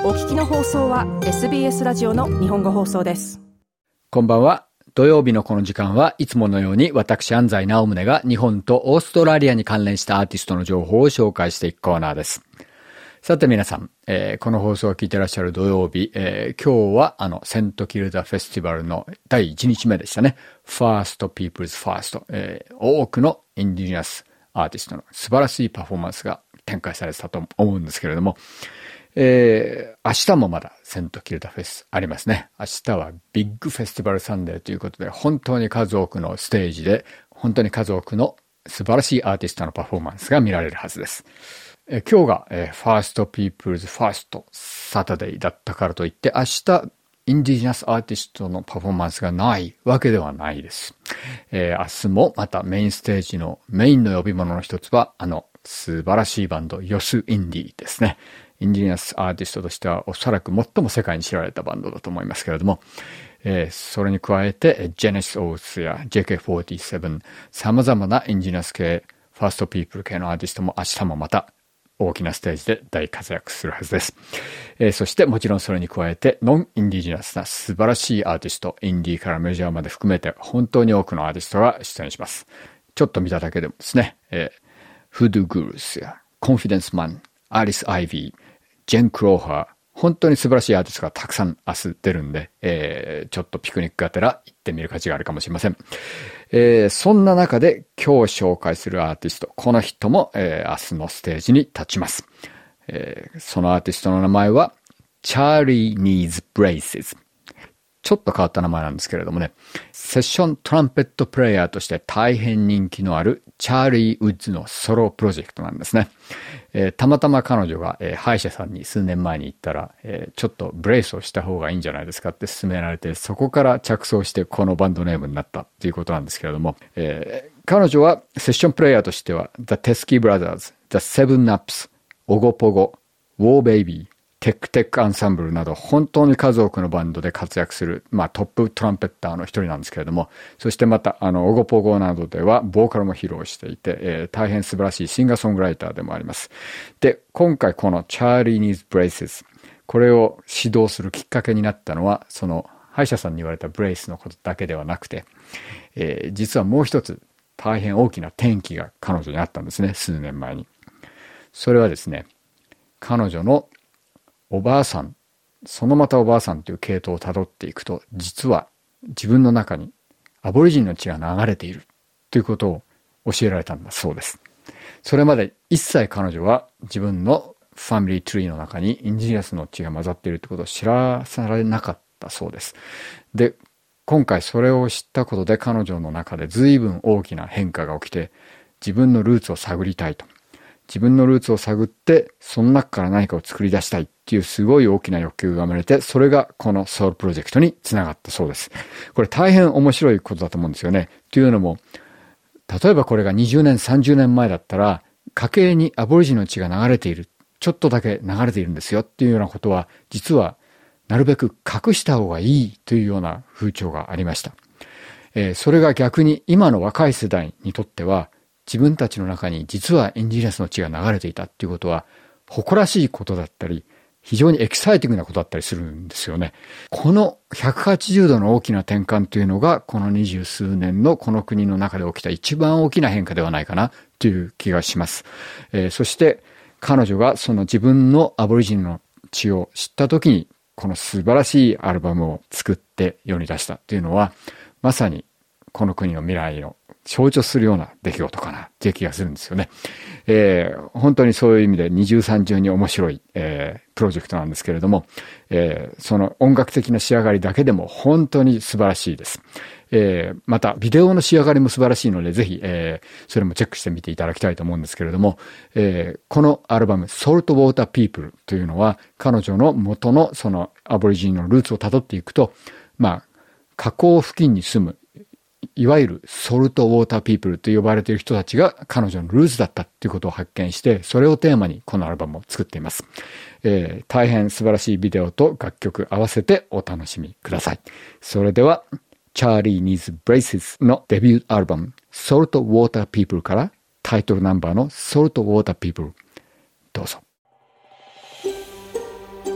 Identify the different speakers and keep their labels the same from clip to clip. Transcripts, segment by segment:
Speaker 1: お聞きの放送は SBS ラジオの日本語放送です。
Speaker 2: こんばんは。土曜日のこの時間はいつものように私安西直宗が日本とオーストラリアに関連したアーティストの情報を紹介していくコーナーです。さて皆さん、この放送を聞いていらっしゃる土曜日、今日はセントキルダフェスティバルの第1日目でしたね。First People's First、多くのインディジナスアーティストの素晴らしいパフォーマンスが展開されてたと思うんですけれども、明日もまだセントキルダフェスありますね。明日はビッグフェスティバルサンデーということで、本当に数多くのステージで、本当に数多くの素晴らしいアーティストのパフォーマンスが見られるはずです。今日が、First People's First Saturday だったからといって、明日インディジナスアーティストのパフォーマンスがないわけではないです。明日もまたメインステージのメインの呼び物の一つは、素晴らしいバンド、ヨス・インディですね。インディジナスアーティストとしてはおそらく最も世界に知られたバンドだと思いますけれども、それに加えて、ジェネシス・オースや JK47、様々なインディジナス系、ファーストピープル系のアーティストも明日もまた大きなステージで大活躍するはずです。そしてもちろんそれに加えて、ノンインディジナスな素晴らしいアーティスト、インディーからメジャーまで含めて本当に多くのアーティストが出演します。ちょっと見ただけでもですね、フードゥーグルスやコンフィデンスマン、アリス・アイビー、ジェン・クローハー、本当に素晴らしいアーティストがたくさん明日出るんで、ちょっとピクニックがてら行ってみる価値があるかもしれません。そんな中で今日紹介するアーティスト、この人も、明日のステージに立ちます。そのアーティストの名前はチャーリー・ニーズ・ブレイス。ちょっと変わった名前なんですけれどもね、セッショントランペットプレイヤーとして大変人気のあるチャーリー・ウッズのソロプロジェクトなんですね。たまたま彼女が、歯医者さんに数年前に行ったら、ちょっとブレイスをした方がいいんじゃないですかって勧められて、そこから着想してこのバンドネームになったということなんですけれども、彼女はセッションプレイヤーとしては The Teskey Brothers、The Seven Ups、オゴポゴ、War Baby、テックテックアンサンブルなど本当に数多くのバンドで活躍する、トップトランペッターの一人なんですけれども、そしてまたオゴポゴなどではボーカルも披露していて、大変素晴らしいシンガーソングライターでもあります。で、今回このチャーリー・ニーズ・ブレイス、これを指導するきっかけになったのは、その歯医者さんに言われたブレイスのことだけではなくて、実はもう一つ大変大きな転機が彼女にあったんですね、数年前に。それはですね、彼女のおばあさん、そのまたおばあさんという系統をたどっていくと、実は自分の中にアボリジンの血が流れているということを教えられたんだそうです。それまで一切彼女は自分のファミリーツリーの中にインディジナスの血が混ざっているということを知らされなかったそうです。で、今回それを知ったことで彼女の中で随分大きな変化が起きて、自分のルーツを探りたいと。自分のルーツを探って、その中から何かを作り出したいっていうすごい大きな欲求が生まれて、それがこのソウルプロジェクトにつながったそうです。これ大変面白いことだと思うんですよね。というのも、例えばこれが20年、30年前だったら、家計にアボリジンの血が流れている、ちょっとだけ流れているんですよっていうようなことは、実はなるべく隠した方がいいというような風潮がありました。それが逆に今の若い世代にとっては、自分たちの中に実はインディジナスの血が流れていたっていうことは誇らしいことだったり非常にエキサイティングなことだったりするんですよね。この180度の大きな転換というのがこの20数年のこの国の中で起きた一番大きな変化ではないかなという気がします。そして彼女がその自分のアボリジンの血を知った時にこの素晴らしいアルバムを作って世に出したというのはまさにこの国の未来の象徴するような出来事かなっていう気がするんですよね。本当にそういう意味で二重三重に面白い、プロジェクトなんですけれども、その音楽的な仕上がりだけでも本当に素晴らしいです。またビデオの仕上がりも素晴らしいのでぜひ、それもチェックしてみていただきたいと思うんですけれども、このアルバム Salt Water People というのは彼女の元のそのアボリジンのルーツをたどっていくと、河口付近に住むいわゆるソルトウォーターピープルと呼ばれている人たちが彼女のルーツだったということを発見して、それをテーマにこのアルバムを作っています。大変素晴らしいビデオと楽曲合わせてお楽しみください。それでは、チャーリー・ニーズ・ブレイスのデビューアルバム、ソルトウォーターピープルからタイトルナンバーのソルトウォーターピープル、どうぞ。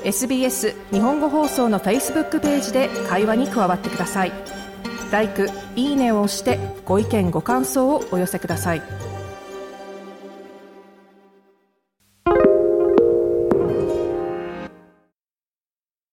Speaker 1: SBS 日本語放送の Facebook ページで会話に加わってください。LIKE、いいねを押してご意見ご感想をお寄せください。